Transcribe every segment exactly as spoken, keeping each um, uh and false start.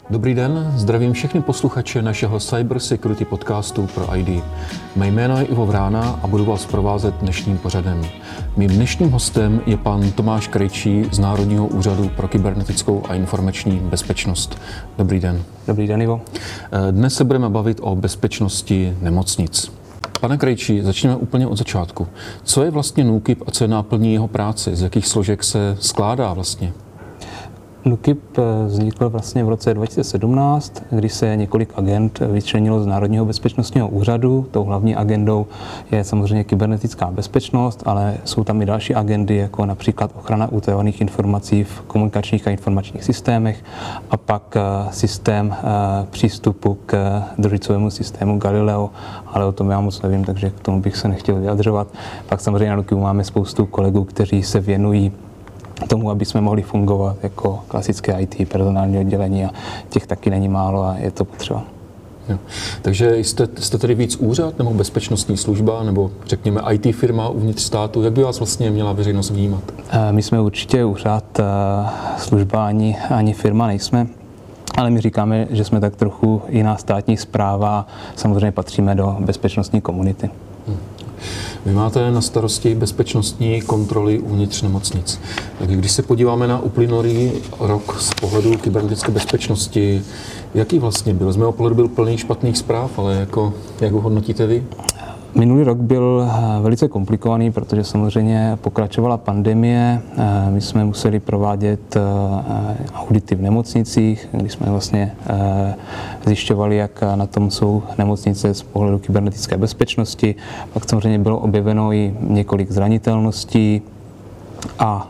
Dobrý den, zdravím všechny posluchače našeho Cyber Security podcastu pro I D. Mé jméno je Ivo Vrána a budu vás provázet dnešním pořadem. Mým dnešním hostem je pan Tomáš Krejčí z Národního úřadu pro kybernetickou a informační bezpečnost. Dobrý den. Dobrý den, Ivo. Dnes se budeme bavit o bezpečnosti nemocnic. Pane Krejčí, začneme úplně od začátku. Co je vlastně NÚKIB a co je náplní jeho práce? Z jakých složek se skládá vlastně? NÚKIB vznikl vlastně v roce dva tisíce sedmnáct, kdy se několik agend vyčlenilo z Národního bezpečnostního úřadu. Tou hlavní agendou je samozřejmě kybernetická bezpečnost, ale jsou tam i další agendy, jako například ochrana utajovaných informací v komunikačních a informačních systémech a pak systém přístupu k družicovému systému Galileo, ale o tom já moc nevím, takže k tomu bych se nechtěl vyjadřovat. Pak samozřejmě na NÚKIBu máme spoustu kolegů, kteří se věnují tomu, aby jsme mohli fungovat jako klasické I T, personální oddělení, a těch taky není málo a je to potřeba. Jo. Takže jste, jste tedy víc úřad nebo bezpečnostní služba nebo řekněme I T firma uvnitř státu? Jak by vás vlastně měla veřejnost vnímat? My jsme určitě úřad, služba ani, ani firma nejsme. Ale my říkáme, že jsme tak trochu jiná státní správa, samozřejmě patříme do bezpečnostní komunity. Hmm. Vy máte na starosti bezpečnostní kontroly uvnitř nemocnic. Tak když se podíváme na uplynulý rok z pohledu kybernetické bezpečnosti, jaký vlastně byl? Z mého pohledu byl plný špatných zpráv, ale jako, jak ho hodnotíte vy? Minulý rok byl velice komplikovaný, protože samozřejmě pokračovala pandemie. My jsme museli provádět audity v nemocnicích, kdy jsme vlastně zjišťovali, jak na tom jsou nemocnice z pohledu kybernetické bezpečnosti. Pak samozřejmě bylo objeveno i několik zranitelností a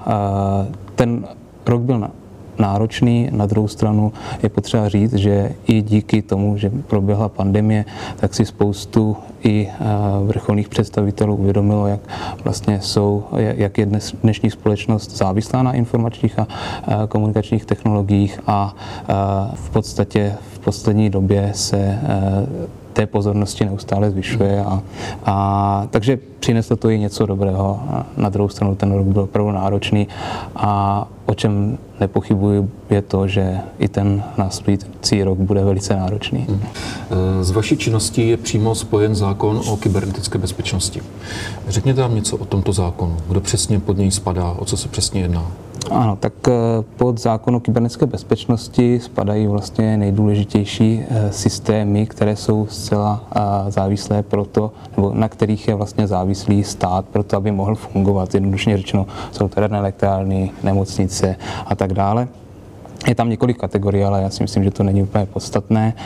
ten rok byl na náročný. Na druhou stranu je potřeba říct, že i díky tomu, že proběhla pandemie, tak si spoustu i vrcholných představitelů uvědomilo, jak vlastně jsou, jak je dnes, dnešní společnost závislá na informačních a komunikačních technologiích a v podstatě v poslední době se té pozornosti neustále zvyšuje a, a takže přineslo to i něco dobrého. Na druhou stranu ten rok byl opravdu náročný a o čem nepochybuji je to, že i ten následující rok bude velice náročný. Z vaší činnosti je přímo spojen zákon o kybernetické bezpečnosti. Řekněte nám něco o tomto zákonu. Kdo přesně pod něj spadá, o co se přesně jedná? Ano, tak pod zákon o kybernetické bezpečnosti spadají vlastně nejdůležitější systémy, které jsou zcela závislé pro to, nebo na kterých je vlastně závislý stát pro to, aby mohl fungovat. Jednoduše řečeno, jsou to jaderné elektrárny, nemocnice a tak dále. Je tam několik kategorií, ale já si myslím, že to není úplně podstatné.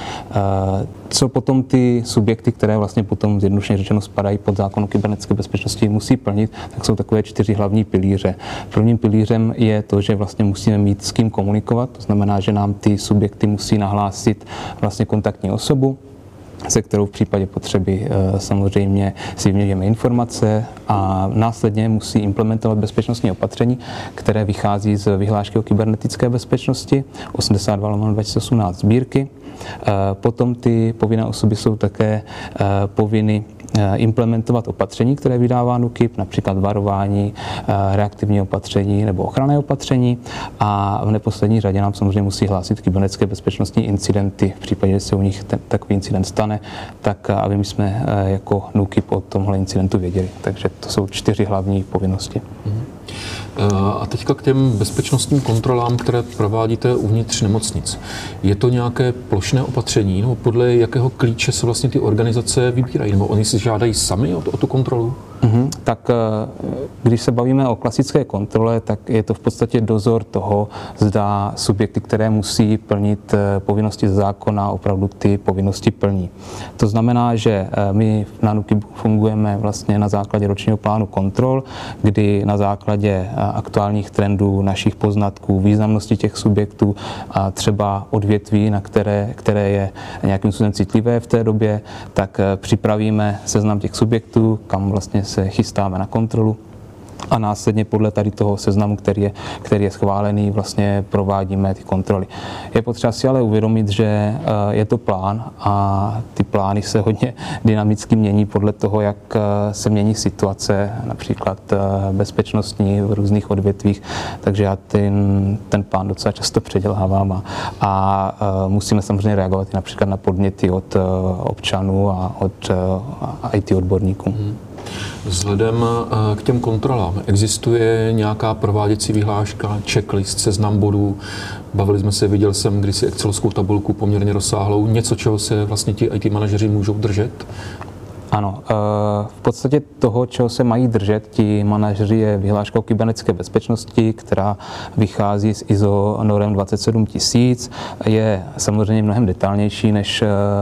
Co potom ty subjekty, které vlastně potom zjednodušeně řečeno spadají pod zákon o kybernetické bezpečnosti, musí plnit, tak jsou takové čtyři hlavní pilíře. Prvním pilířem je to, že vlastně musíme mít s kým komunikovat, to znamená, že nám ty subjekty musí nahlásit vlastně kontaktní osobu, se kterou v případě potřeby samozřejmě si vyměňujeme informace a následně musí implementovat bezpečnostní opatření, které vychází z vyhlášky o kybernetické bezpečnosti osmdesát dva lomeno dva tisíce osmnáct sbírky. Potom ty povinné osoby jsou také povinny implementovat opatření, které vydává NÚKIB, například varování, reaktivní opatření nebo ochranné opatření a v neposlední řadě nám samozřejmě musí hlásit kybernetické bezpečnostní incidenty. V případě, že se u nich ten, takový incident stane, tak aby my jsme jako NÚKIB o tomhle incidentu věděli. Takže to jsou čtyři hlavní povinnosti. A teďka k těm bezpečnostním kontrolám, které provádíte uvnitř nemocnic. Je to nějaké plošné opatření, nebo podle jakého klíče se vlastně ty organizace vybírají, nebo oni si žádají sami o, to, o tu kontrolu? Mm-hmm. Tak když se bavíme o klasické kontrole, tak je to v podstatě dozor toho, zda subjekty, které musí plnit povinnosti ze zákona, opravdu ty povinnosti plní. To znamená, že my na NÚKIBu fungujeme vlastně na základě ročního plánu kontrol, kdy na základě aktuálních trendů, našich poznatků, významnosti těch subjektů a třeba odvětví, na které, které je nějakým způsobem citlivé v té době, tak připravíme seznam těch subjektů, kam vlastně se chystáme na kontrolu. a následně podle tady toho seznamu, který je, který je schválený, vlastně provádíme ty kontroly. Je potřeba si ale uvědomit, že je to plán a ty plány se hodně dynamicky mění podle toho, jak se mění situace, například bezpečnostní v různých odvětvích, takže já ten, ten plán docela často předělávám a, a musíme samozřejmě reagovat například na podněty od občanů a od í té odborníků. Hmm. Vzhledem k těm kontrolám, existuje nějaká prováděcí vyhláška, checklist, seznam bodů? Bavili jsme se, viděl jsem kdysi excelovskou tabulku poměrně rozsáhlou, něco, čeho se vlastně ti í té manažeři můžou držet? Ano, v podstatě toho, čeho se mají držet ti manažeři, je vyhláška o kybernetické bezpečnosti, která vychází z í es o norem dvacet sedm tisíc, je samozřejmě mnohem detailnější než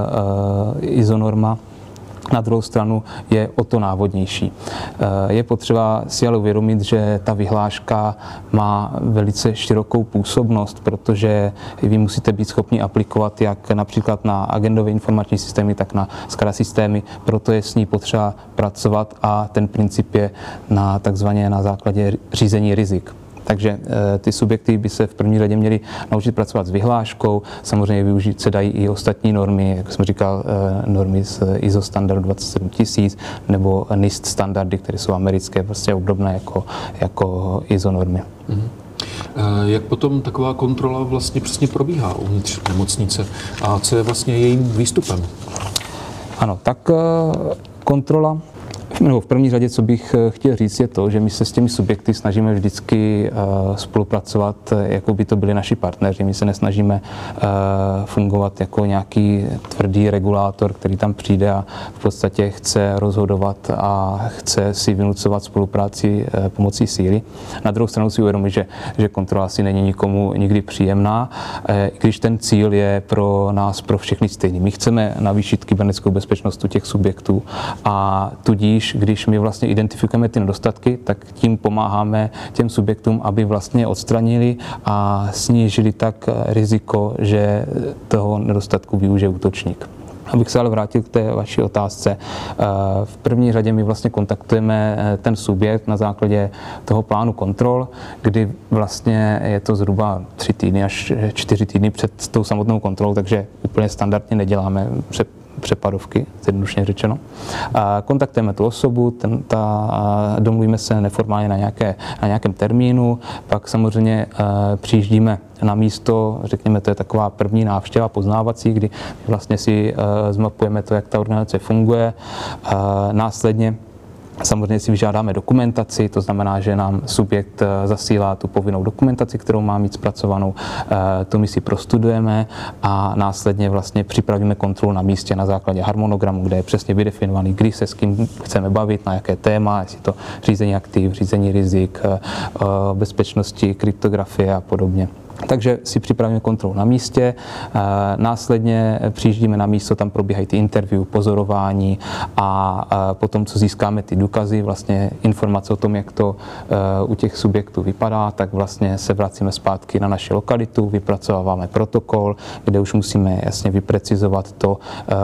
í es o norma. Na druhou stranu je o to návodnější. Je potřeba si ale uvědomit, že ta vyhláška má velice širokou působnost, protože vy musíte být schopni aplikovat jak například na agendové informační systémy, tak na SCADA systémy, proto je s ní potřeba pracovat a ten princip je na takzvaně na základě řízení rizik. Takže ty subjekty by se v první řadě měly naučit pracovat s vyhláškou, samozřejmě využít se dají i ostatní normy, jak jsem říkal, normy z í es o standardu dvacet sedm tisíc nebo NIST standardy, které jsou americké, prostě obdobné jako, jako í es o normy. Mm-hmm. Jak potom taková kontrola vlastně přesně probíhá uvnitř nemocnice a co je vlastně jejím výstupem? Ano, tak kontrola, nebo v první řadě, co bych chtěl říct, je to, že my se s těmi subjekty snažíme vždycky uh, spolupracovat, jako by to byli naši partneři. My se nesnažíme uh, fungovat jako nějaký tvrdý regulátor, který tam přijde a v podstatě chce rozhodovat a chce si vynucovat spolupráci uh, pomocí síly. Na druhou stranu si uvědomit, že, že kontrola asi není nikomu nikdy příjemná, uh, když ten cíl je pro nás, pro všechny stejný. My chceme navýšit kybernetickou bezpečnost u těch subjektů a tudíž když my vlastně identifikujeme ty nedostatky, tak tím pomáháme těm subjektům, aby vlastně odstranili a snížili tak riziko, že toho nedostatku využije útočník. Abych se ale vrátil k té vaší otázce. V první řadě my vlastně kontaktujeme ten subjekt na základě toho plánu kontrol, kdy vlastně je to zhruba tři týdny až čtyři týdny před tou samotnou kontrolou, takže úplně standardně neděláme před přepadovky, zjednodušeně řečeno. Kontaktujeme tu osobu, ten, ta, domluvíme se neformálně na, nějaké, na nějakém termínu, pak samozřejmě přijíždíme na místo, řekněme, to je taková první návštěva poznávací, kdy vlastně si zmapujeme to, jak ta organizace funguje. Následně samozřejmě si vyžádáme dokumentaci, to znamená, že nám subjekt zasílá tu povinnou dokumentaci, kterou má mít zpracovanou. To my si prostudujeme a následně vlastně připravíme kontrolu na místě na základě harmonogramu, kde je přesně vydefinovaný, kdy se s kým chceme bavit, na jaké téma, jestli to řízení aktiv, řízení rizik, bezpečnosti, kryptografie a podobně. Takže si připravíme kontrolu na místě, následně přijíždíme na místo, tam probíhají ty interview, pozorování a potom, co získáme ty důkazy, vlastně informace o tom, jak to u těch subjektů vypadá, tak vlastně se vracíme zpátky na naši lokalitu, vypracováváme protokol, kde už musíme jasně vyprecizovat to,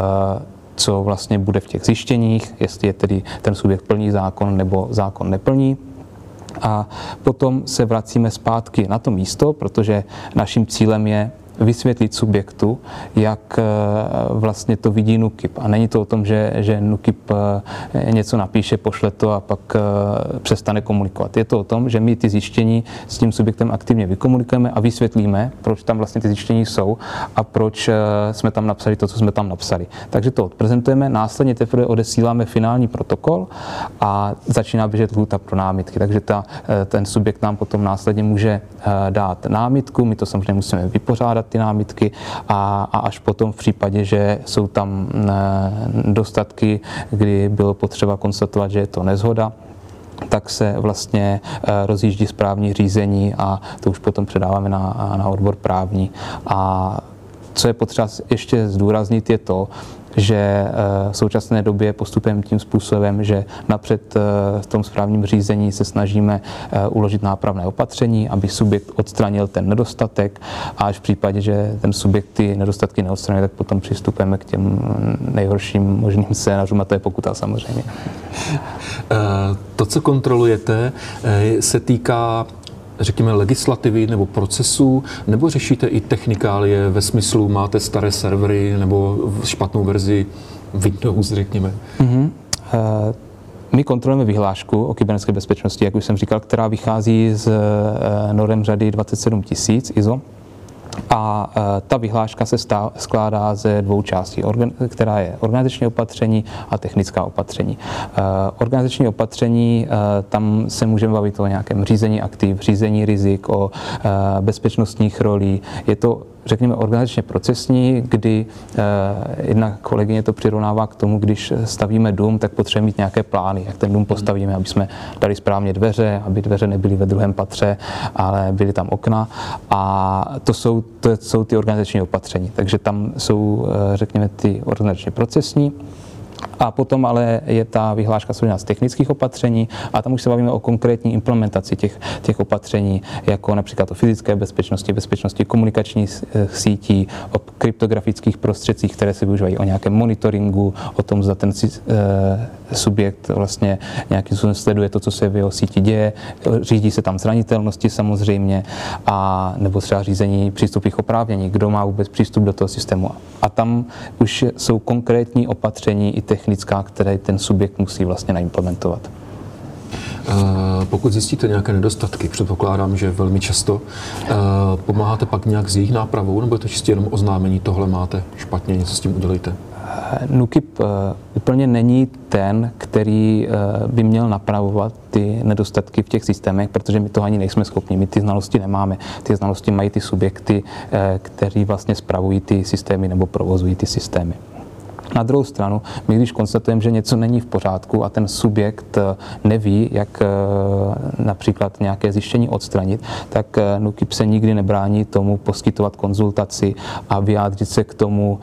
co vlastně bude v těch zjištěních, jestli je tedy ten subjekt plní zákon nebo zákon neplní. A potom se vracíme zpátky na to místo, protože naším cílem je vysvětlit subjektu, jak vlastně to vidí NÚKIB. A není to o tom, že, že NÚKIB něco napíše, pošle to a pak přestane komunikovat. Je to o tom, že my ty zjištění s tím subjektem aktivně vykomunikujeme a vysvětlíme, proč tam vlastně ty zjištění jsou a proč jsme tam napsali to, co jsme tam napsali. Takže to odprezentujeme, následně teprve odesíláme finální protokol a začíná běžet lhůta pro námitky. Takže ta, ten subjekt nám potom následně může dát námitku, my to samozřejmě musíme vypořádat, ty námitky a, a až potom v případě, že jsou tam dostatky, kdy bylo potřeba konstatovat, že je to neshoda, tak se vlastně rozjíždí správní řízení a to už potom předáváme na, na odbor právní. A Co je potřeba ještě zdůraznit, je to, že v současné době postupujeme tím způsobem, že napřed v tom správním řízení se snažíme uložit nápravné opatření, aby subjekt odstranil ten nedostatek, a až v případě, že ten subjekt ty nedostatky neodstranil, tak potom přistupujeme k těm nejhorším možným scénářům, a to je pokuta samozřejmě. To, co kontrolujete, se týká, řekněme, legislativy nebo procesů, nebo řešíte i technikálie ve smyslu, máte staré servery nebo špatnou verzi Windows, řekněme? Mm-hmm. My kontrolujeme vyhlášku o kybernetické bezpečnosti, jak už jsem říkal, která vychází z norem řady dvacet sedm tisíc I S O. A ta vyhláška se stá, skládá ze dvou částí, která je organizační opatření a technická opatření. Organizační opatření, tam se můžeme bavit o nějakém řízení aktiv, řízení rizik, o bezpečnostních rolí. Je to, řekněme, organizačně procesní, kdy jedna kolegyně to přirovnává k tomu, když stavíme dům, tak potřebujeme mít nějaké plány, jak ten dům postavíme, aby jsme dali správně dveře, aby dveře nebyly ve druhém patře, ale byly tam okna. A to jsou, to jsou ty organizační opatření. Takže tam jsou, řekněme, ty organizačně procesní. A potom ale je ta vyhláška složená z technických opatření a tam už se bavíme o konkrétní implementaci těch, těch opatření, jako například o fyzické bezpečnosti, bezpečnosti komunikačních sítí, o kryptografických prostředcích, které se využívají, o nějakém monitoringu, o tom, zda ten subjekt vlastně nějakým způsobem sleduje to, co se v jeho síti děje, řídí se tam zranitelnosti samozřejmě, a nebo třeba řízení přístupných oprávnění, kdo má vůbec přístup do toho systému. A tam už jsou konkrétní opatření i technická, které ten subjekt musí vlastně naimplementovat. Pokud zjistíte nějaké nedostatky, předpokládám, že velmi často, pomáháte pak nějak s jejich nápravou, nebo je to čistě jenom oznámení, tohle máte špatně, něco s tím udělejte? NÚKIB úplně není ten, který by měl napravovat ty nedostatky v těch systémech, protože my to ani nejsme schopni, my ty znalosti nemáme. Ty znalosti mají ty subjekty, kteří vlastně spravují ty systémy nebo provozují ty systémy. Na druhou stranu, my když konstatujeme, že něco není v pořádku a ten subjekt neví, jak například nějaké zjištění odstranit, tak NÚKIB se nikdy nebrání tomu poskytovat konzultaci a vyjádřit se k tomu,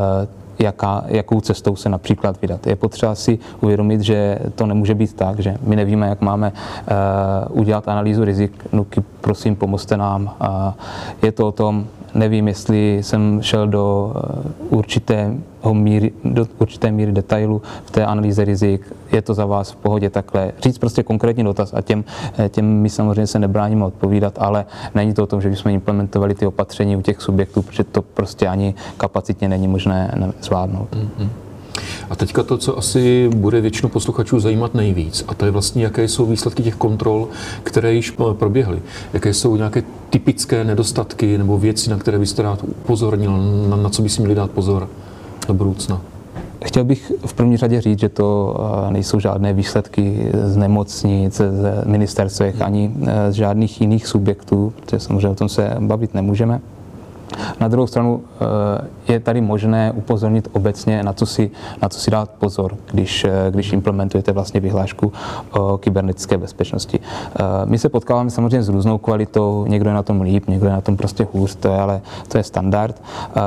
Jaká, jakou cestou se například vydat. Je potřeba si uvědomit, že to nemůže být tak, že my nevíme, jak máme uh, udělat analýzu rizik. NÚKIB, prosím, pomozte nám. Uh, je to o tom, nevím, jestli jsem šel do uh, určité míry, do určité míry detailu v té analýze rizik, je to za vás v pohodě takhle. Říct prostě konkrétní dotaz a těm, těm my samozřejmě se nebráníme odpovídat, ale není to o tom, že bychom implementovali ty opatření u těch subjektů, protože to prostě ani kapacitně není možné zvládnout. Mm-hmm. A teďka to, co asi bude většinu posluchačů zajímat nejvíc, a to je vlastně, jaké jsou výsledky těch kontrol, které již proběhly. Jaké jsou nějaké typické nedostatky nebo věci, na které byste rád upozornil, na, na co by si měli dát pozor do budoucna? Chtěl bych v první řadě říct, že to nejsou žádné výsledky z nemocnic, z ministerstvech, ani z žádných jiných subjektů, protože samozřejmě o tom se bavit nemůžeme. Na druhou stranu je tady možné upozornit obecně, na co si, na co si dát pozor, když, když implementujete vlastně vyhlášku o kybernetické bezpečnosti. My se potkáváme samozřejmě s různou kvalitou, někdo je na tom líp, někdo je na tom prostě hůř, to je, ale to je standard.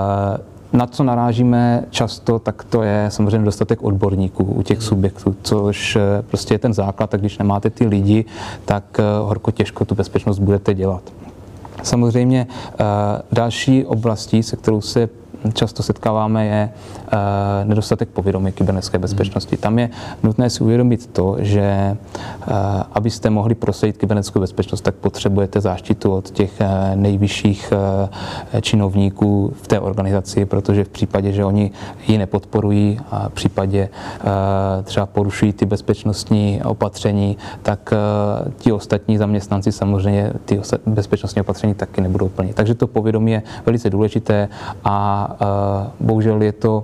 Na co narážíme často, tak to je samozřejmě dostatek odborníků u těch subjektů, což prostě je ten základ, a když nemáte ty lidi, tak horko těžko tu bezpečnost budete dělat. Samozřejmě další oblastí, se kterou se často setkáváme, je nedostatek povědomí kybernetické bezpečnosti. Tam je nutné si uvědomit to, že abyste mohli prosadit kybernetickou bezpečnost, tak potřebujete záštitu od těch nejvyšších činovníků v té organizaci, protože v případě, že oni ji nepodporují a v případě třeba porušují ty bezpečnostní opatření, tak ti ostatní zaměstnanci samozřejmě ty bezpečnostní opatření taky nebudou plnit. Takže to povědomí je velice důležité a bohužel je to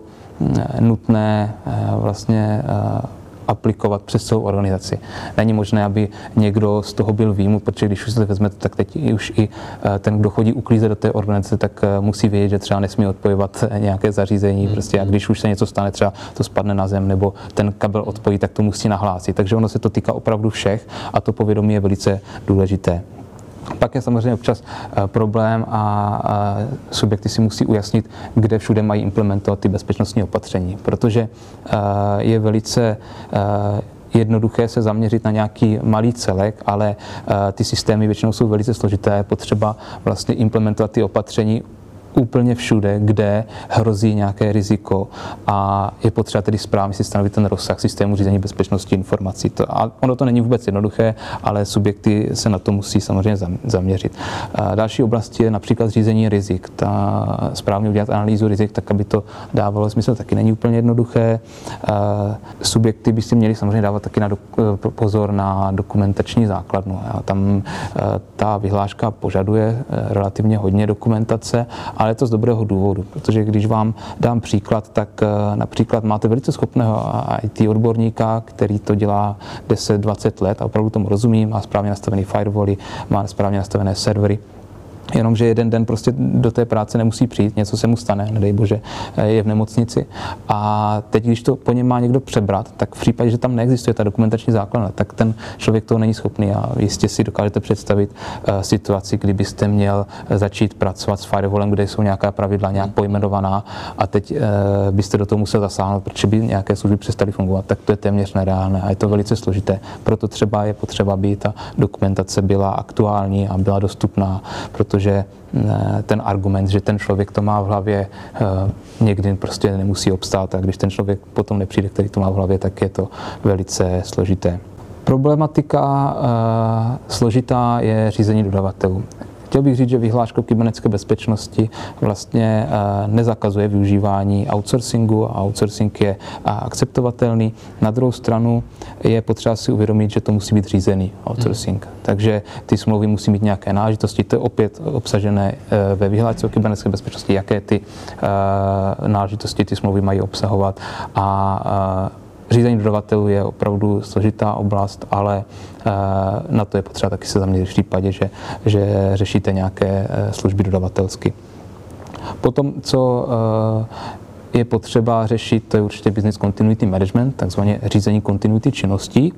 nutné vlastně aplikovat přes celou organizaci. Není možné, aby někdo z toho byl výjimut, protože když už se vezmete, tak teď už i ten, kdo chodí uklízet do té organizace, tak musí vědět, že třeba nesmí odpojovat nějaké zařízení. Prostě a když už se něco stane, třeba to spadne na zem nebo ten kabel odpojí, tak to musí nahlásit. Takže ono se to týká opravdu všech a to povědomí je velice důležité. Pak je samozřejmě občas problém a subjekty si musí ujasnit, kde všude mají implementovat ty bezpečnostní opatření, protože je velice jednoduché se zaměřit na nějaký malý celek, ale ty systémy většinou jsou velice složité, je potřeba vlastně implementovat ty opatření úplně všude, kde hrozí nějaké riziko a je potřeba tedy správně si stanovit ten rozsah systému řízení bezpečnosti informací. To, a ono to není vůbec jednoduché, ale subjekty se na to musí samozřejmě zaměřit. A další oblast je například řízení rizik. Ta správně udělat analýzu rizik, tak aby to dávalo smysl, taky není úplně jednoduché. A subjekty by si měli samozřejmě dávat taky na do, pozor na dokumentační základnu. A tam ta vyhláška požaduje relativně hodně dokumentace, ale je to z dobrého důvodu, protože když vám dám příklad, tak například máte velice schopného í té odborníka, který to dělá deset dvacet let a opravdu tomu rozumí, má správně nastavený firewally, má správně nastavené servery. Jenomže jeden den prostě do té práce nemusí přijít, něco se mu stane, nedej bože, je v nemocnici. A teď, když to po něm má někdo přebrat, tak v případě, že tam neexistuje ta dokumentační základna, tak ten člověk toho není schopný. A jistě si dokážete představit uh, situaci, kdy byste měl začít pracovat s firewallem, kde jsou nějaká pravidla nějak pojmenovaná a teď uh, byste do toho musel zasáhnout, protože by nějaké služby přestaly fungovat, tak to je téměř nereálné a je to velice složité. Proto třeba je potřeba, aby ta dokumentace byla aktuální a byla dostupná, protože ten argument, že ten člověk to má v hlavě, někdy prostě nemusí obstát a když ten člověk potom nepřijde, který to má v hlavě, tak je to velice složité. Problematika složitá je řízení dodavatelů. Chtěl bych říct, že vyhláška o kybernetické bezpečnosti vlastně nezakazuje využívání outsourcingu a outsourcing je akceptovatelný. Na druhou stranu je potřeba si uvědomit, že to musí být řízený outsourcing. Hmm. Takže ty smlouvy musí mít nějaké náležitosti. To je opět obsažené ve vyhlášce o kybernetické bezpečnosti, jaké ty náležitosti ty smlouvy mají obsahovat. A řízení dodavatelů je opravdu složitá oblast, ale na to je potřeba taky se zaměřit v případě, že, že řešíte nějaké služby dodavatelsky. Potom, co je potřeba řešit, to je určitě business continuity management, takzvaně řízení kontinuity činností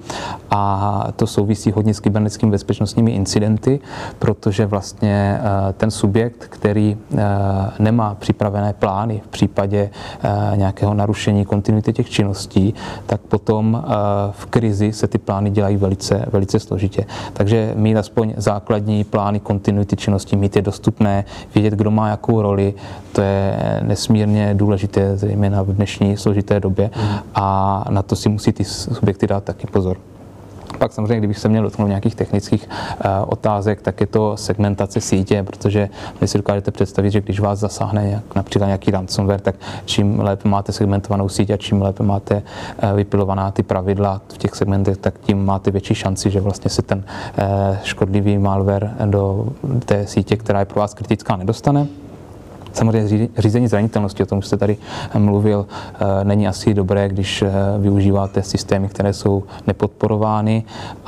a to souvisí hodně s kybernetickými bezpečnostními incidenty, protože vlastně ten subjekt, který nemá připravené plány v případě nějakého narušení kontinuity těch činností, tak potom v krizi se ty plány dělají velice, velice složitě. Takže mít aspoň základní plány kontinuity činností, mít je dostupné, vědět, kdo má jakou roli, to je nesmírně důležité, zejména v dnešní složité době mm. a na to si musí ty subjekty dát taky pozor. Pak samozřejmě, kdybych se měl dotknout nějakých technických uh, otázek, tak je to segmentace sítě, protože vy si dokážete představit, že když vás zasáhne nějak, například nějaký ransomware, tak čím lépe máte segmentovanou síť a čím lépe máte uh, vypilovaná ty pravidla v těch segmentech, tak tím máte větší šanci, že vlastně se ten uh, škodlivý malware do té sítě, která je pro vás kritická, nedostane. Samozřejmě řízení zranitelnosti, o tom jste tady mluvil, není asi dobré, když využíváte systémy, které jsou nepodporovány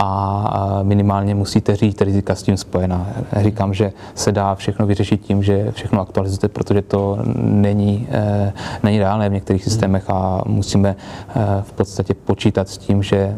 a minimálně musíte řídit rizika s tím spojená. Říkám, že se dá všechno vyřešit tím, že všechno aktualizujete, protože to není, není reálné v některých systémech a musíme v podstatě počítat s tím, že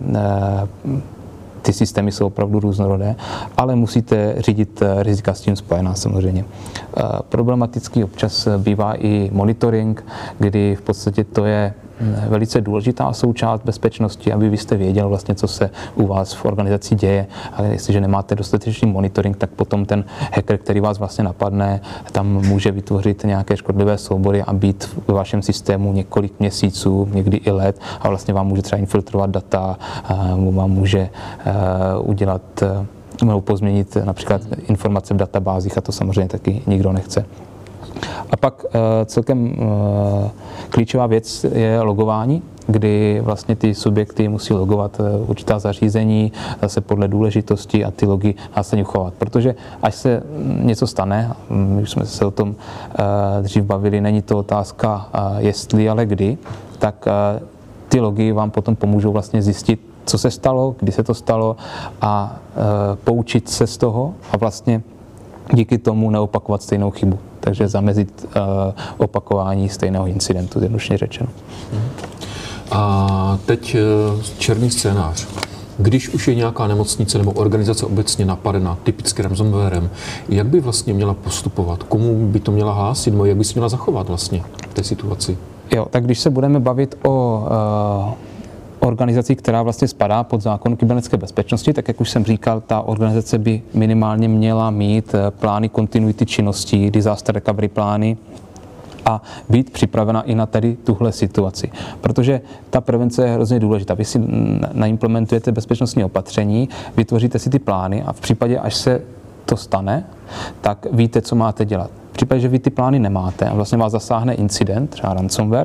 ty systémy jsou opravdu různorodé, ale musíte řídit rizika s tím spojená samozřejmě. Problematický občas bývá i monitoring, kdy v podstatě to je velice důležitá součást bezpečnosti, aby vy jste věděl vlastně, co se u vás v organizaci děje. Ale jestliže nemáte dostatečný monitoring, tak potom ten hacker, který vás vlastně napadne, tam může vytvořit nějaké škodlivé soubory a být v vašem systému několik měsíců, někdy i let a vlastně vám může třeba infiltrovat data, vám může udělat, nebo pozměnit například informace v databázích a to samozřejmě taky nikdo nechce. A pak celkem klíčová věc je logování, kdy vlastně ty subjekty musí logovat určitá zařízení, zase podle důležitosti a ty logy následně uchovat. Protože až se něco stane, my už jsme se o tom dřív bavili, není to otázka jestli, ale kdy, tak ty logy vám potom pomůžou vlastně zjistit, co se stalo, kdy se to stalo a poučit se z toho a vlastně díky tomu neopakovat stejnou chybu. Takže zamezit uh, opakování stejného incidentu, jednoduše řečeno. A teď uh, černý scénář. Když už je nějaká nemocnice nebo organizace obecně napadena typicky ransomwarem, jak by vlastně měla postupovat? Komu by to měla hlásit? Nebo jak by se měla zachovat vlastně v té situaci? Jo, tak když se budeme bavit o uh, organizaci, která vlastně spadá pod zákon kybernetické bezpečnosti, tak jak už jsem říkal, ta organizace by minimálně měla mít plány kontinuity činností, disaster recovery plány, a být připravena i na tady tuhle situaci. Protože ta prevence je hrozně důležitá. Vy si naimplementujete bezpečnostní opatření, vytvoříte si ty plány a v případě, až se to stane, tak víte, co máte dělat. V případě, že vy ty plány nemáte a vlastně vás zasáhne incident, třeba ransomware,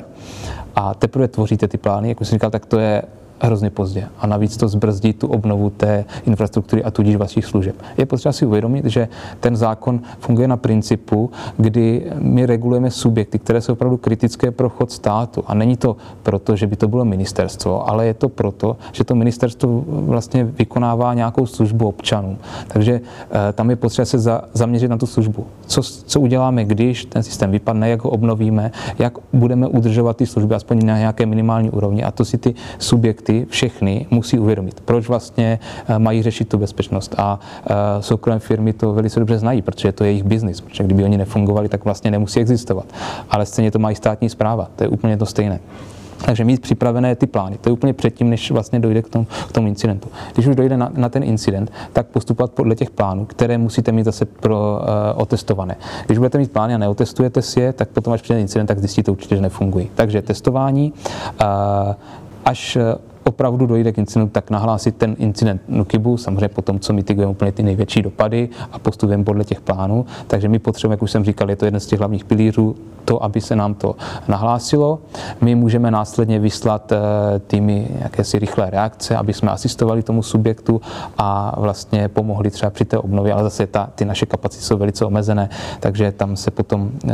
a teprve tvoříte ty plány, jak už jsem říkal, tak to je hrozně pozdě. A navíc to zbrzdí tu obnovu té infrastruktury a tudíž vašich služeb. Je potřeba si uvědomit, že ten zákon funguje na principu, kdy my regulujeme subjekty, které jsou opravdu kritické pro chod státu. A není to proto, že by to bylo ministerstvo, ale je to proto, že to ministerstvo vlastně vykonává nějakou službu občanům. Takže e, tam je potřeba se za, zaměřit na tu službu. Co, co uděláme, když ten systém vypadne, jak ho obnovíme, jak budeme udržovat ty služby aspoň na nějaké minimální úrovni. A to si ty subjekty všechny musí uvědomit, proč vlastně mají řešit tu bezpečnost. A soukromé firmy to velice dobře znají, protože to je jejich biznis, protože kdyby oni nefungovali, tak vlastně nemusí existovat. Ale stejně to mají státní správa, to je úplně to stejné. Takže mít připravené ty plány, to je úplně předtím, než vlastně dojde k tomu, k tomu incidentu. Když už dojde na, na ten incident, tak postupovat podle těch plánů, které musíte mít zase pro uh, otestované. Když budete mít plány a neotestujete si je, tak potom, až přijde incident, tak zjistíte určitě, že nefungují. Takže testování, uh, až opravdu dojde k incidentu, tak nahlásit ten incident NÚKIBu, samozřejmě potom, co mitigujeme úplně ty největší dopady a postupujeme podle těch plánů. Takže my potřebujeme, jak už jsem říkal, je to jeden z těch hlavních pilířů, to, aby se nám to nahlásilo. My můžeme následně vyslat týmy jakési rychlé reakce, aby jsme asistovali tomu subjektu a vlastně pomohli třeba při té obnově, ale zase ta, ty naše kapacity jsou velice omezené, takže tam se potom eh,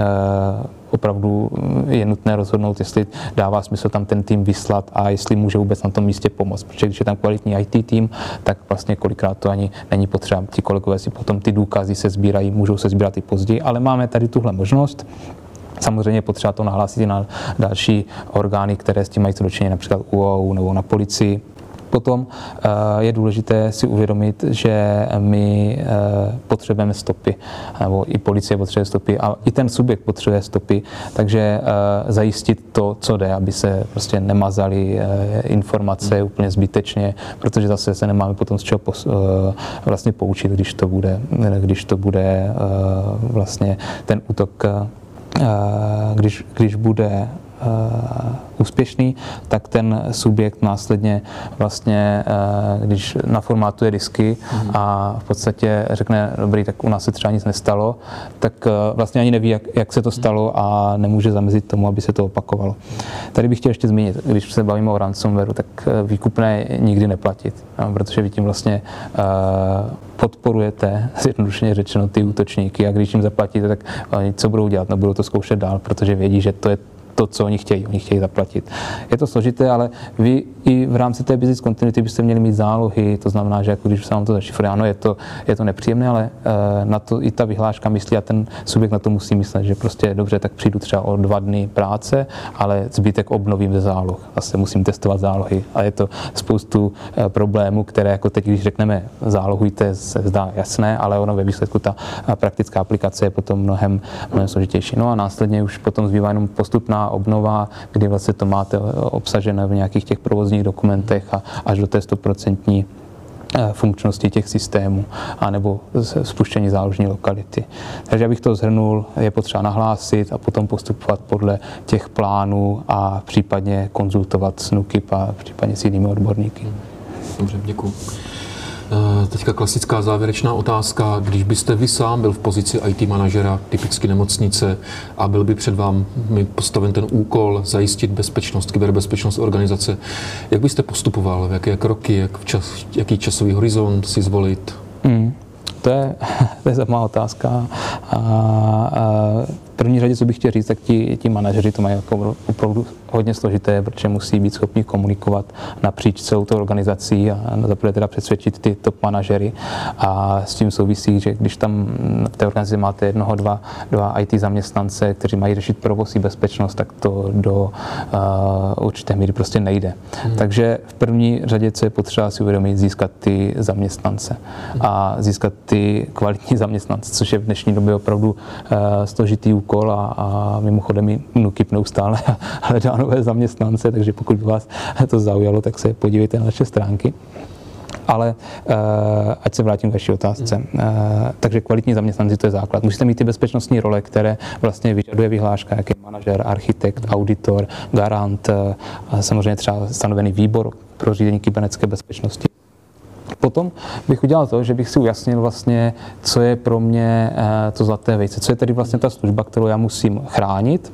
opravdu je nutné rozhodnout, jestli dává smysl tam ten tým vyslat a jestli může vůbec na tom místě pomoct. Protože když je tam kvalitní í té tým, tak vlastně kolikrát to ani není potřeba. Ti kolegové si potom ty důkazy se sbírají, můžou se sbírat i později, ale máme tady tuhle možnost. Samozřejmě je potřeba to nahlásit i na další orgány, které s tím mají co dočinění, například ú ó ú nebo na policii. Potom je důležité si uvědomit, že my potřebujeme stopy, nebo i policie potřebuje stopy a i ten subjekt potřebuje stopy, takže zajistit to, co jde, aby se prostě nemazaly informace úplně zbytečně, protože zase se nemáme potom z čeho vlastně poučit, když to bude, když to bude vlastně ten útok, když, když bude Uh, úspěšný, tak ten subjekt následně vlastně, uh, když naformátuje disky mm. a v podstatě řekne, dobrý, tak u nás se třeba nic nestalo, tak uh, vlastně ani neví, jak, jak se to stalo a nemůže zamezit tomu, aby se to opakovalo. Tady bych chtěl ještě zmínit, když se bavíme o ransomwareu, tak uh, výkupné nikdy neplatit, no, protože vy tím vlastně uh, podporujete, zjednodušeně řečeno, ty útočníky a když jim zaplatíte, tak oni co budou dělat? No, budou to zkoušet dál, protože vědí, že to je to, co oni chtějí. Oni chtějí zaplatit. Je to složité, ale vy i v rámci té business continuity byste měli mít zálohy, to znamená, že jako když se vám to zašifruje, ano, je to, je to nepříjemné, ale uh, na to i ta vyhláška myslí a ten subjekt na to musí myslet, že prostě dobře, tak přijdu třeba o dva dny práce, ale zbytek obnovím ze záloh. Zase musím testovat zálohy a je to spoustu uh, problémů, které jako teď, když řekneme zálohujte, se zdá jasné, ale ono ve výsledku ta uh, praktická aplikace je potom mnohem, mnohem složitější. No a následně už potom zbývá jenom postupná obnova, kdy vlastně to máte obsažené v nějakých těch provozních dokumentech a až do té stoprocentní funkčnosti těch systémů anebo spuštění záložní lokality. Takže abych to shrnul, je potřeba nahlásit a potom postupovat podle těch plánů a případně konzultovat s NÚKIB a případně s jinými odborníky. Dobře, děkuji. Teďka klasická závěrečná otázka. Když byste vy sám byl v pozici í té manažera typicky nemocnice a byl by před vámi postaven ten úkol zajistit bezpečnost, kyberbezpečnost organizace, jak byste postupoval? Jaké kroky, jak čas, jaký časový horizont si zvolit? Mm. To je, to je zajímavá otázka. A, a první řadě, co bych chtěl říct, tak ti, ti manažeři to mají jako opravdu hodně složité, protože musí být schopni komunikovat napříč celou tou organizací a zaprvé teda přesvědčit ty top manažery. A s tím souvisí, že když tam v té organizaci máte jednoho, dva, dva í té zaměstnance, kteří mají řešit provoz i bezpečnost, tak to do uh, určité míry prostě nejde. Hmm. Takže v první řadě, co je potřeba si uvědomit, získat ty zaměstnance hmm. a získat ty kvalitní zaměstnance, což je v dnešní době opravdu uh, složitý úkol a, a mimochodem i NÚKIB neustále hledá nové zaměstnance, takže pokud by vás to zaujalo, tak se podívejte na naše stránky. Ale uh, ať se vrátím k vaší otázce. Mm. Uh, takže kvalitní zaměstnanci, to je základ. Musíte mít ty bezpečnostní role, které vlastně vyžaduje vyhláška, jak je manažer, architekt, auditor, garant, uh, samozřejmě třeba stanovený výbor pro řízení kybernetické bezpečnosti. Potom bych udělal to, že bych si ujasnil vlastně, co je pro mě to zlaté vejce, co je tedy vlastně ta služba, kterou já musím chránit.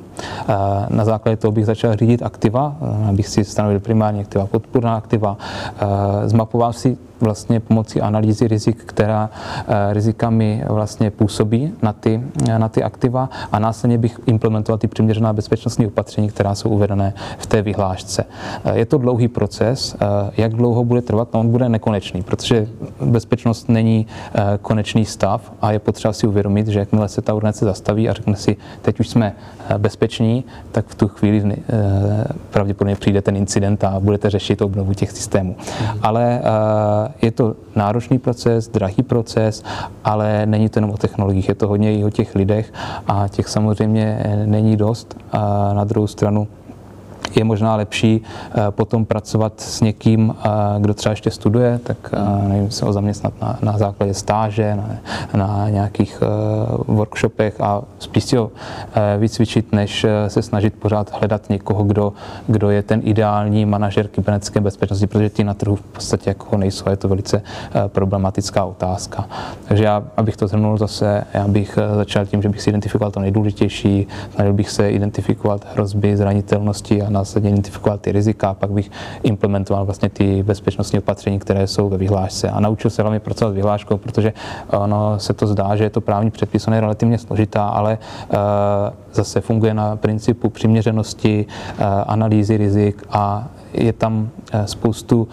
Na základě toho bych začal řídit aktiva, abych si stanovil primární aktiva, podpůrná aktiva, zmapoval si vlastně pomocí analýzy rizik, která rizikami vlastně působí na ty, na ty aktiva a následně bych implementoval ty přiměřená bezpečnostní opatření, která jsou uvedené v té vyhlášce. Je to dlouhý proces, jak dlouho bude trvat, no on bude nekonečný, protože bezpečnost není konečný stav a je potřeba si uvědomit, že jakmile se ta organizace zastaví a řekne si, teď už jsme bezpeční, tak v tu chvíli pravděpodobně přijde ten incident a budete řešit obnovu těch systémů. Mm. Ale je to náročný proces, drahý proces, ale není to jenom o technologiích, je to hodně i o těch lidech a těch samozřejmě není dost. A na druhou stranu je možná lepší potom pracovat s někým, kdo třeba ještě studuje, tak nevím, se ho zaměstnat na, na základě stáže, na, na nějakých workshopech a spíš si ho vycvičit, než se snažit pořád hledat někoho, kdo, kdo je ten ideální manažer kybernetické bezpečnosti, protože ti na trhu v podstatě jako nejsou a je to velice problematická otázka. Takže já, abych to shrnul zase, já bych začal tím, že bych si identifikoval to nejdůležitější, snažil bych se identifikovat hrozby, zranitelnosti a následně identifikovat ty rizika, pak bych implementoval vlastně ty bezpečnostní opatření, které jsou ve vyhlášce a naučil se hlavně pracovat s vyhláškou, protože ono se to zdá, že je to právní předpis, ona je relativně složitá, ale uh, zase funguje na principu přiměřenosti, uh, analýzy rizik a je tam uh, spoustu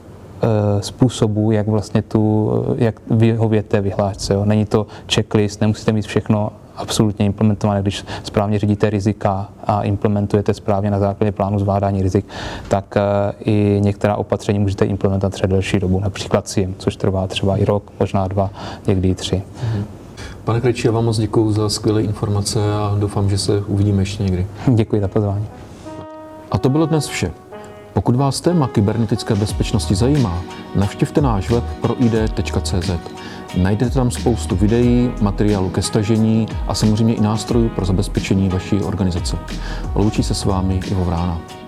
způsobů, jak vlastně tu, jak vyhovět té vyhlášce. Jo. Není to checklist, nemusíte mít všechno absolutně implementované. Když správně řídíte rizika a implementujete správně na základě plánu zvládání rizik, tak i některá opatření můžete implementovat třeba delší dobu, například S I E M, což trvá třeba i rok, možná dva, někdy i tři. Pane Krejčí, já vám moc děkuji za skvělé informace a doufám, že se uvidíme ještě někdy. Děkuji za pozvání. A to bylo dnes vše. Pokud vás téma kybernetické bezpečnosti zajímá, navštivte náš web pro i d tečka c z. Najdete tam spoustu videí, materiálů ke stažení a samozřejmě i nástrojů pro zabezpečení vaší organizace. Loučí se s vámi Ivo Vrána.